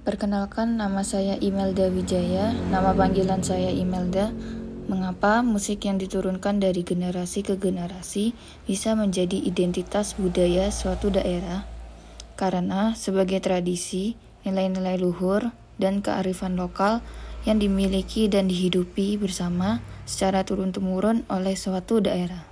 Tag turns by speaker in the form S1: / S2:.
S1: Perkenalkan, nama saya Imelda Wijaya, nama panggilan saya Imelda. Mengapa musik yang diturunkan dari generasi ke generasi bisa menjadi identitas budaya suatu daerah? Karena sebagai tradisi, nilai-nilai luhur, dan kearifan lokal yang dimiliki dan dihidupi bersama secara turun-temurun oleh suatu daerah.